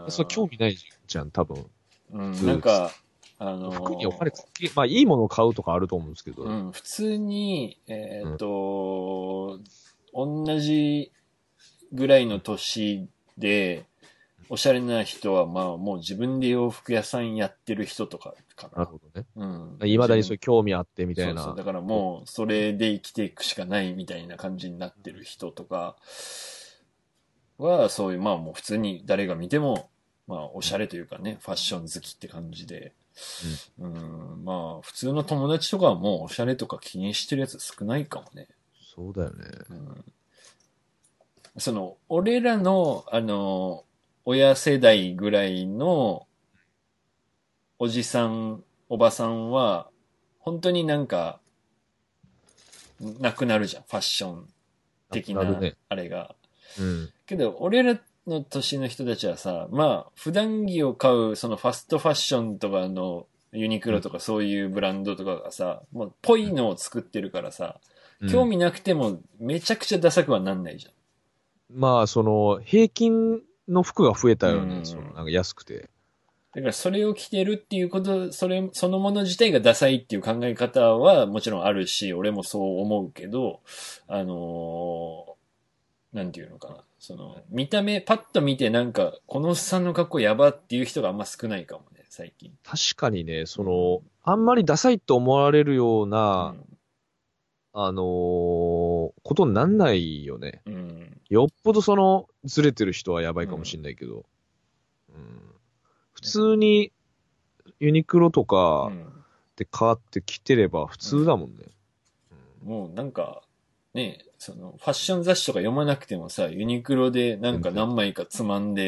そう、興味ないじゃん、多分。 うん、なんか、あのー、 服にお金かけ、まあ、いいものを買うとかあると思うんですけど。 うん、普通に、えっ、ー、と、うん、同じぐらいの年で、おしゃれな人は、まあ、もう自分で洋服屋さんやってる人とかかな。 なるほどね。うん。未だにそういう興味あって、みたいな。 そうそう。だからもう、それで生きていくしかないみたいな感じになってる人とか、は、そういう、まあもう普通に誰が見ても、まあおしゃれというかね、ファッション好きって感じで、うん、うんまあ普通の友達とかはもうおしゃれとか気にしてるやつ少ないかもね。 そうだよね。うん、 その、俺らの、あの、親世代ぐらいの、おじさん、おばさんは、本当になんか、なくなるじゃん、ファッション的な、あれが。うん、けど、俺らの年の人たちはさ、まあ、普段着を買う、そのファストファッションとかのユニクロとかそういうブランドとかがさ、もう、ぽいのを作ってるからさ、うん、興味なくてもめちゃくちゃダサくはなんないじゃん。 まあ、その、平均の服が増えたよね、うん、その、なんか安くて。 だからそれを着てるっていうこと、それ、そのもの自体がダサいっていう考え方はもちろんあるし、俺もそう思うけど、あのー、なんていうのかな。その、見た目、パッと見てなんか、このおっさんの格好やばっていう人があんま少ないかもね、最近。 確かにね、その、うん、あんまりダサいと思われるような、うん、あのー、ことになんないよね。うん、よっぽどその、ずれてる人はやばいかもしんないけど。うんうん普通にユニクロとかで買って着てれば普通だもんね。 うん、もうなんか、ね、そのファッション雑誌とか読まなくてもさ、ユニクロでなんか何枚かつまんで、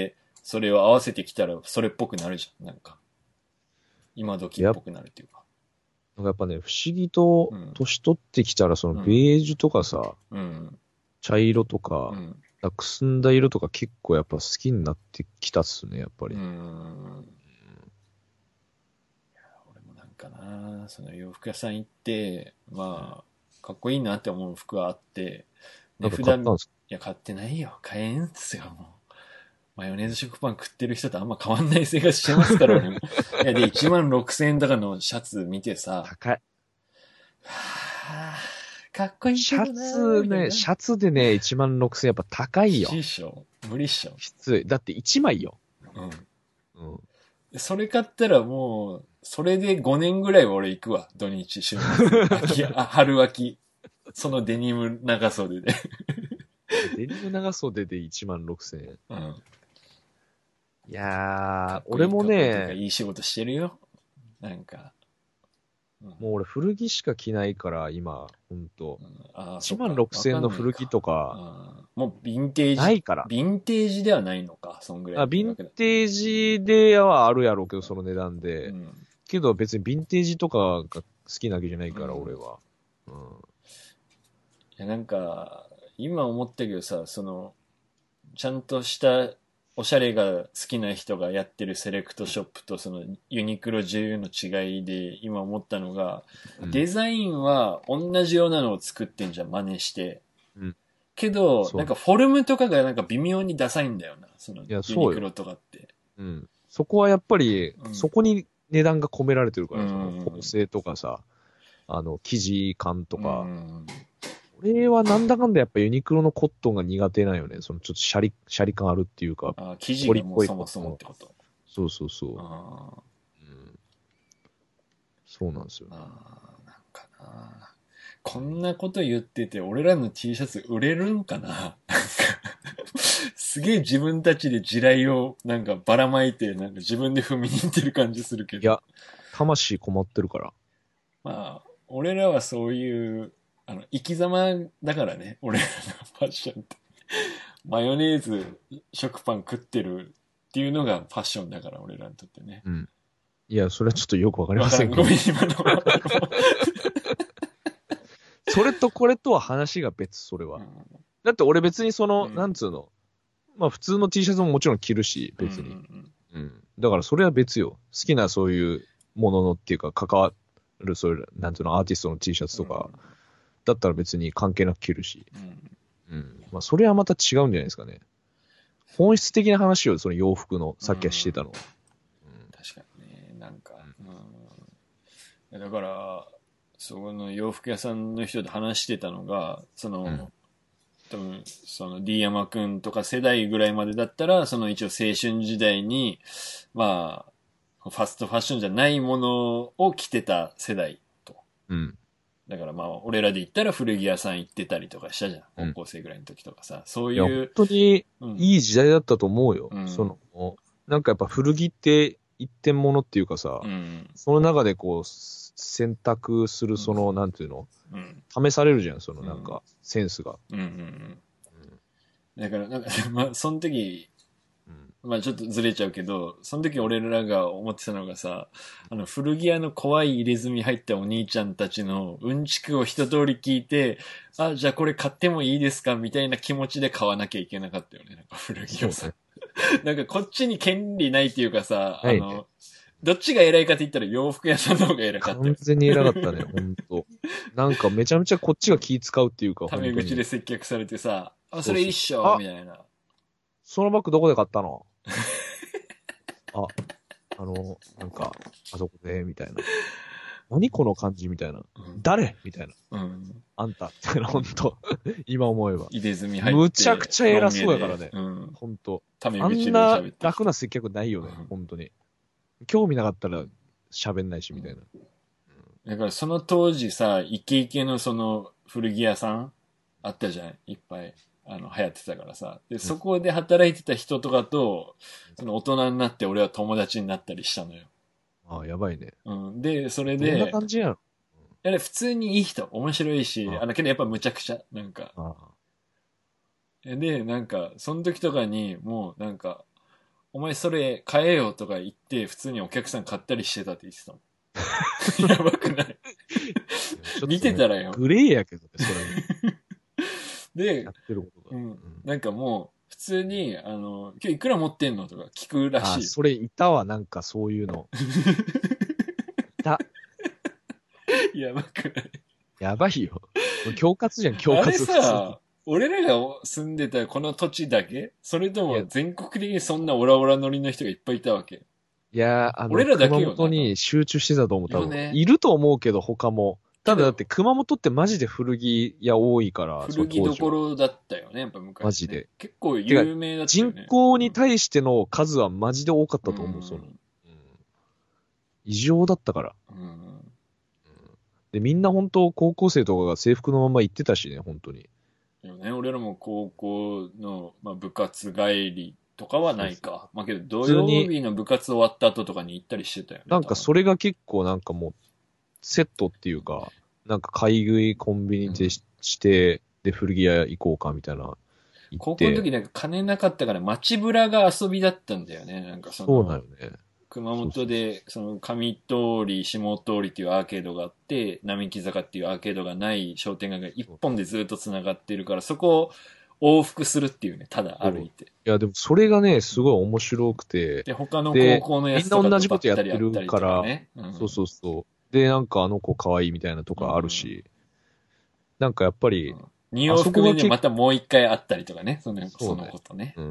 それを合わせてきたらそれっぽくなるじゃん。なんか。今時っぽくなるっていうか。 なんかやっぱね、不思議と、年取ってきたら、そのベージュとかさ、うん、茶色とか、うん、くすんだ色とか結構やっぱ好きになってきたっすね、やっぱり。うん。 いや、俺もなんかな、その洋服屋さん行って、まあ、かっこいいなって思う服はあって、 値札、買ったんですか？ いや、買ってないよ。買えんすよ、もう。マヨネーズ食パン食ってる人とあんま変わんない生活してますから、俺も。いや、で、いちまんろくせんえんとかのシャツ見てさ。 高い。 はぁ、かっこいいけどな。 シャツね、シャツでね、いちまんろくせんえんやっぱ高いよ。 きついっしょ。無理っしょ。 きつい。だっていちまいよ。 うん。うん。それ買ったらもう、それでごねんぐらいは俺行くわ。土日、週末。秋、あ、春秋。そのデニム長袖で。 デニム長袖でいちまんろくせんえん。うん。いやー、俺もね、 いい仕事してるよ。なんか。 うん、もう俺古着しか着ないから、今、ほんと。うん、いちまんろくせんえんの古着とか、 うん、もうヴィンテージ。 ないから。 ヴィンテージではないのか、そんぐらい。 あ、ヴィンテージではあるやろうけど、その値段で。うん、けど別にヴィンテージとかが好きなわけじゃないから、俺は。うん。いや、なんか、今思ったけどさ、その、ちゃんとしたおしゃれが好きな人がやってるセレクトショップとそのユニクロ ジェーユー の違いで今思ったのが、うん、デザインは同じようなのを作ってんじゃん、真似して。うん、けど、なんかフォルムとかがなんか微妙にダサいんだよな、そのユニクロとかって。 うん。そこはやっぱり、うん、そこに値段が込められてるから、うん、その構成とかさ、あの、生地感とか、うん俺はなんだかんだやっぱユニクロのコットンが苦手なんよね。そのちょっとシャリ、シャリ感あるっていうか。 ああ、生地がもうそもそもってこと。 そうそうそう。あうん、そうなんですよ。ああ、 なんかな。こんなこと言ってて、俺らの T シャツ売れるんかななんかすげえ自分たちで地雷をなんかばらまいて、なんか自分で踏みに行ってる感じするけど。 いや、魂こもってるから。 まあ、俺らはそういう、あの、生き様だからね、俺らのファッションって。マヨネーズ、食パン食ってるっていうのがファッションだから、俺らにとってね。 うん。いや、それはちょっとよくわかりませんけど。ごめん、今の。それとこれとは話が別、それは。うん、だって俺別にその、うん、なんつうの。まあ普通の T シャツももちろん着るし、別に。うん、うんうん。だからそれは別よ。好きなそういうもののっていうか、関わる、そういう、なんつうの、アーティストの T シャツとか。うんだったら別に関係なく着るし。うん。うん。まあ、それはまた違うんじゃないですかね。本質的な話を、その洋服の、さっきはしてたの。うん。 うん、確かにね、なんか、うん。だから、そこの洋服屋さんの人と話してたのが、その、うん、多分、その D 山くんとか世代ぐらいまでだったら、その一応青春時代に、まあ、ファストファッションじゃないものを着てた世代と。うん。だからまあ、俺らで言ったら古着屋さん行ってたりとかしたじゃん。うん、高校生ぐらいの時とかさ。そういう。いや、 本当にいい時代だったと思うよ。うん、その、なんかやっぱ古着って一点物っていうかさ、うん、その中でこう、選択するその、うん、なんていうの、うん、試されるじゃん、そのなんか、センスが。うんうんうん。 だから、なんか、まあ、その時、まあちょっとずれちゃうけど、その時俺らが思ってたのがさ、あの古着屋の怖い入れ墨入ったお兄ちゃんたちのうんちくを一通り聞いて、あ、じゃあこれ買ってもいいですかみたいな気持ちで買わなきゃいけなかったよね。なんか古着をさ。なんかこっちに権利ないっていうかさ、あの、どっちが偉いかって言ったら洋服屋さんの方が偉かったよ。 完全に偉かったね、ほんと。なんかめちゃめちゃこっちが気使うっていうか、 タメ口で接客されてさ、あ、それいいっしょみたいな。 そのバッグどこで買ったのあ、あの、なんか、あそこで、みたいな。何この感じみたいな。うん、誰みたいな。うん、あんた、みたいな、ほんと。今思えば。 入れ墨入って。 むちゃくちゃ偉そうやからね。うん、ほんと。あんな楽な接客ないよね、うん、ほんとに。興味なかったら喋んないし、みたいな。うん、 だからその当時さ、イケイケのその古着屋さんあったじゃん、いっぱい。あの、流行ってたからさ。で、そこで働いてた人とかと、その大人になって俺は友達になったりしたのよ。 ああ、やばいね。 うん。で、それで。 どんな感じやろ？ あれ、普通にいい人。面白いし、あだけどやっぱむちゃくちゃ。なんか。ああで、なんか、その時とかに、もうなんか、 お前それ買えよとか言って、普通にお客さん買ったりしてたって言ってたもん。やばくない？見てたらよ。 グレーやけどね、それ。で、やってることが、うん。なんかもう、普通に、あの、今日いくら持ってんのとか聞くらしい。 あ、それいたわ、なんかそういうの。いた。 やばくない？ やばいよ。恐喝じゃん、恐喝。 あれさ、俺らが住んでたこの土地だけ？それとも全国的にそんなオラオラ乗りの人がいっぱいいたわけ？ いやー、あの、 俺らだけよ熊本に集中してたと思う、多分。 ね、 いると思うけど、他も。ただだって熊本ってマジで古着屋多いから。 古着どころだったよね、やっぱ昔、ね。 マジで。 結構有名だったよね。 人口に対しての数はマジで多かったと思う、その。うん、異常だったから。うん、で、みんな本当高校生とかが制服のまま行ってたしね、本当に。 よね、俺らも高校の、まあ、部活帰りとかはないか。そうそうまあけど土曜日の部活終わった後とかに行ったりしてたよね。 なんかそれが結構なんかもう、セットっていうか、なんか買い食いコンビニでしうん、して、で、古着屋行こうかみたいな。 高校の時なんか金なかったから街ブラが遊びだったんだよね。なんかその。 そうだよね。 熊本で、その上通り、下通りっていうアーケードがあって、並木坂っていうアーケードがない商店街が一本でずっと繋がってるから、そこを往復するっていうね、ただ歩いて。いや、でもそれがね、すごい面白くて。 で、他の高校のやつとかみんな同じことやってるから、 ねうん、 そうそうそう。で、なんかあの子可愛いみたいなとかあるし、うん、なんかやっぱり、うん、 二往復目でまたもう一回会ったりとかね、その、そのことね。うん。うん、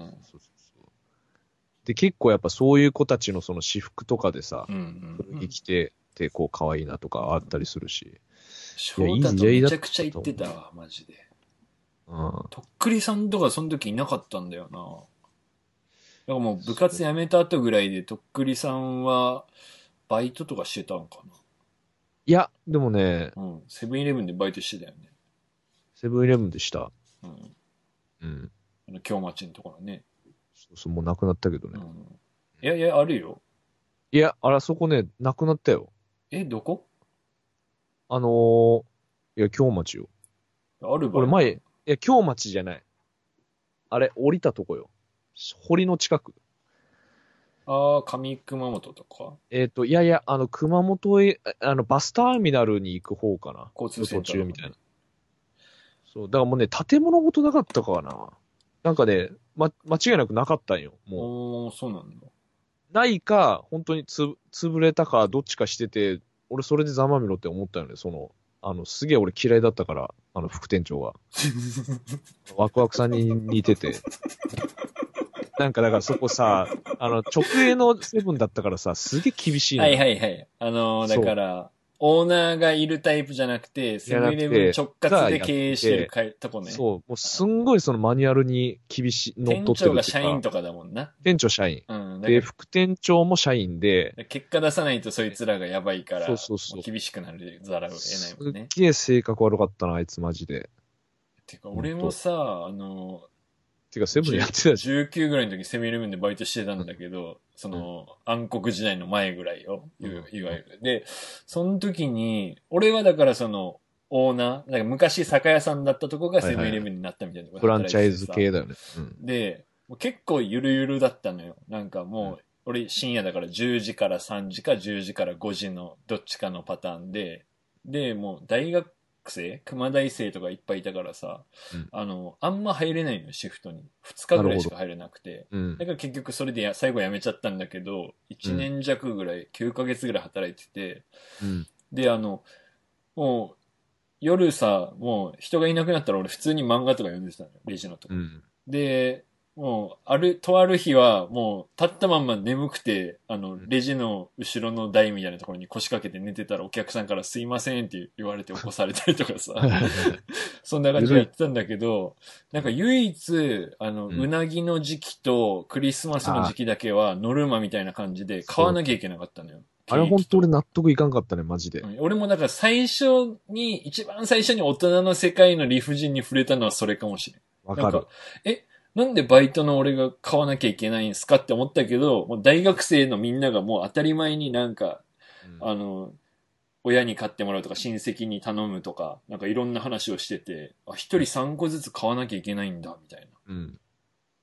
そうそうそうで、結構やっぱそういう子たちのその私服とかでさ、うんうんうん、古着着て、てこう可愛いなとかあったりするし。 翔太とめちゃくちゃ行ってたわ、マジで。うん。とっくりさんとかその時いなかったんだよな。だからもう部活辞めた後ぐらいでとっくりさんはバイトとかしてたのかな。 いや、でもね。 うん。セブンイレブンでバイトしてたよね。 セブンイレブンでした。うん。 うん。あの、京町のところね。 そうそう、もうなくなったけどね。うん、 いやいや、あるよ。 いや、あら、そこね、なくなったよ。 え、どこ？ あのー、いや、京町よ。 あるば俺前、いや、京町じゃない。あれ、降りたとこよ。堀の近く。 ああ、上熊本とかえっ、ー、と、いやいや、あの、熊本へ、あの、バスターミナルに行く方かな。 交通センター、 途中みたいな。そう、だからもうね、建物ごとなかったかな。なんかね、ま、間違いなくなかったんよ。もう。 おー、そうなんだ。 ないか、本当につ、潰れたか、どっちかしてて、俺それでざまみろって思ったよね。その、あの、すげえ俺嫌いだったから、あの、副店長が。ワクワクさんに似てて。なんかだからそこさ、あの、直営のセブンだったからさ、すげえ厳しいの。 はいはいはい。あのー、だから、オーナーがいるタイプじゃなくて、セブンイレブン直括で経営してるかいとこね。 そう。もうすんごいそのマニュアルに厳しい、乗っ取ってる。 店長が社員とかだもんな。 店長社員。うん。で、副店長も社員で。 結果出さないとそいつらがやばいから、そうそうそう。厳しくなるざるを得ないもんね。 すっげえ性格悪かったな、あいつマジで。 てか、俺もさ、あの、 てか、セブンやってたじゃん。 じゅうきゅうぐらいの時セブンイレブンでバイトしてたんだけど、その、暗黒時代の前ぐらいよ。いわゆる。で、その時に、俺はだからその、オーナー、なんか昔酒屋さんだったとこがセブンイレブンになったみたいな、 はいはい、フランチャイズ系だよね。 うん、で、結構ゆるゆるだったのよ。なんかもう、うん、俺深夜だからじゅうじからさんじかじゅうじからごじのどっちかのパターンで、で、もう大学生熊大生とかいっぱいいたからさ、うん、あの、あんま入れないのよ、シフトに。ふつかぐらいしか入れなくて。うん、だから結局それでや最後辞めちゃったんだけど、いちねん弱ぐらい、きゅうかげつぐらい働いてて、うん、で、あの、もう、夜さ、もう人がいなくなったら俺普通に漫画とか読んでたのよ、レジのとこ。うん、で、もう、ある、とある日は、もう、立ったまんま眠くて、あの、レジの後ろの台みたいなところに腰掛けて寝てたらお客さんからすいませんって言われて起こされたりとかさ、そんな感じでやってたんだけど、なんか唯一、あの、うん、うなぎの時期とクリスマスの時期だけはノルマみたいな感じで買わなきゃいけなかったのよ。 あれ本当俺納得いかんかったね、マジで。 俺もだから最初に、一番最初に大人の世界の理不尽に触れたのはそれかもしれん。 わかる。なんか、 え、なんでバイトの俺が買わなきゃいけないんすかって思ったけど、もう大学生のみんながもう当たり前になんか、うん、あの、親に買ってもらうとか親戚に頼むとか、なんかいろんな話をしてて、あ、一人さんこずつ買わなきゃいけないんだ、みたいな。うん。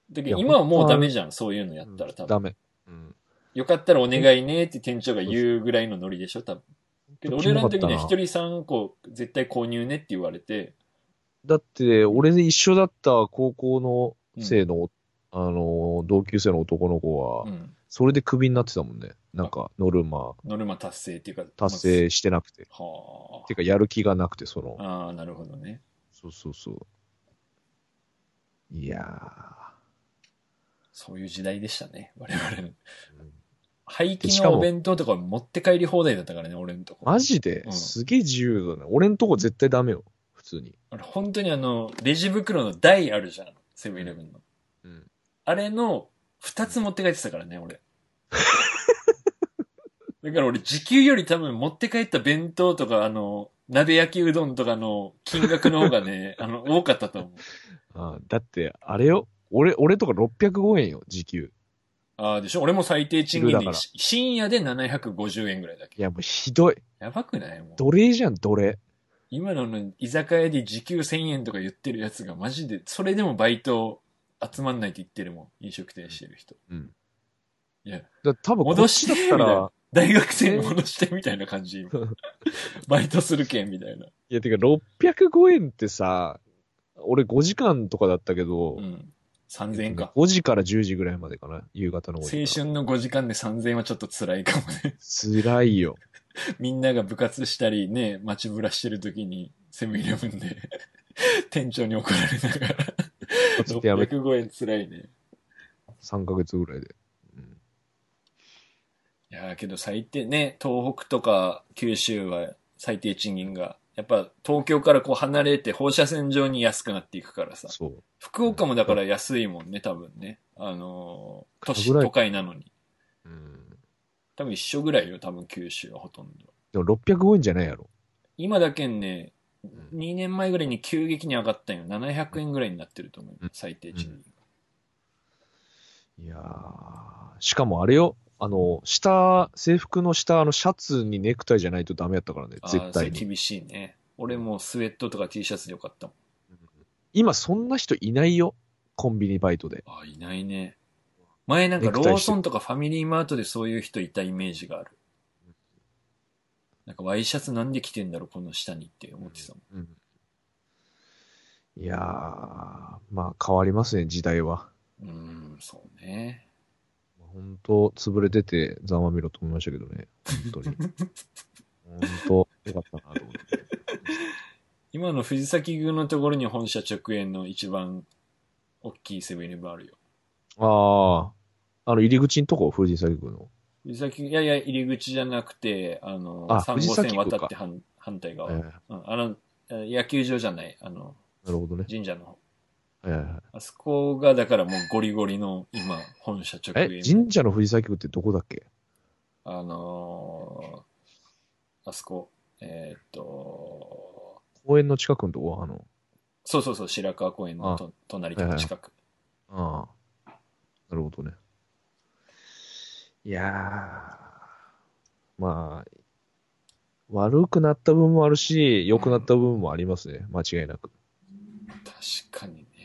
だけど今はもうダメじゃん、そういうのやったら多分。 ダメ。うん。 よかったらお願いねって店長が言うぐらいのノリでしょ、多分。けど俺らの時には一人さんこ絶対購入ねって言われて。 だって、俺で一緒だった高校の生の、うん、あの、同級生の男の子は、うん、それでクビになってたもんね。なんか、ノルマ。 ノルマ達成っていうか。 達成してなくて。はあ。っていうか、やる気がなくて、その。 ああ、なるほどね。 そうそうそう。いやー。 そういう時代でしたね、我々の。うん、廃棄のお弁当とか持って帰り放題だったからね、俺のとこ。 マジで、うん、すげえ自由だね。俺のとこ絶対ダメよ、普通に。 俺本当にあの、レジ袋の台あるじゃん、セブンイレブンの。うん。あれの二つ持って帰ってたからね、俺。だから俺時給より多分持って帰った弁当とか、あの、鍋焼きうどんとかの金額の方がね、あの、多かったと思う。 ああ、だって、あれよ。俺、俺とかろっぴゃくごえんよ、時給。 ああ、でしょ俺も最低賃金で、深夜でななひゃくごじゅうえんぐらいだけど。 いや、もうひどい。 やばくないもう。 奴隷じゃん、奴隷。 今のの居酒屋で時給せんえんとか言ってるやつがマジで、それでもバイト集まんないって言ってるもん。飲食店してる人。うん。いや、 だ多分戻してだったら、大学生に戻してみたいな感じ。バイトするけんみたいな。いや、てかろっぴゃくごえんってさ、俺ごじかんとかだったけど、うん。 さんぜんえんか。 ごじからじゅうじぐらいまでかな。夕方のごじ。 青春のごじかんでさんぜんえんはちょっと辛いかもね。 辛いよ。 みんなが部活したりね、街ぶらしてる時に、セブンイレブンで、店長に怒られながら、ろっぴゃくごえん辛いね。 さんかげつぐらいで。うん、 いやーけど最低ね、東北とか九州は最低賃金が、やっぱ東京からこう離れて放射線上に安くなっていくからさ。そう。福岡もだから安いもんね、多分ね。あのー、都市、都会なのに。うん。多分一緒ぐらいよ、多分九州はほとんど。 でもろっぴゃくごえんじゃないやろ。 今だけんね、にねんまえぐらいに急激に上がったんよ。ななひゃくえんぐらいになってると思う。うん、最低賃金、 うん。いやー、しかもあれよ。あの、下、制服の下、あの、シャツにネクタイじゃないとダメやったからね、絶対に。 厳しいね。俺もスウェットとか T シャツでよかったもん。 今そんな人いないよ。コンビニバイトで。 あ、いないね。前なんかローソンとかファミリーマートでそういう人いたイメージがある。なんかワイシャツなんで着てんだろう、この下にって思ってたもん。うんうん、いやー、まあ変わりますね、時代は。 うーん、そうね。 本当潰れててざまみろと思いましたけどね。本当に。本当よかったなと思って。 今の藤崎宮のところに本社直営の一番大きいセブンイレブンあるよ。ああ、あの入り口のとこ、藤崎宮の。 藤崎、いやいや、入り口じゃなくて、あの、あさん号線渡って反反対側、えーうん。あの、野球場じゃない、あの、 なるほどね。 神社の方。 はいはいはい、 あそこがだからもうゴリゴリの今本社直営。 え、神社の藤崎宮ってどこだっけ？ あのー、あそこ、えー、っと、 公園の近くのとこあの。 そうそうそう、白川公園のと隣とか近く。 あ、はいはい、ああ。なるほどね。いやー、まあ、悪くなった部分もあるし、良くなった部分もありますね。間違いなく。 確かにね。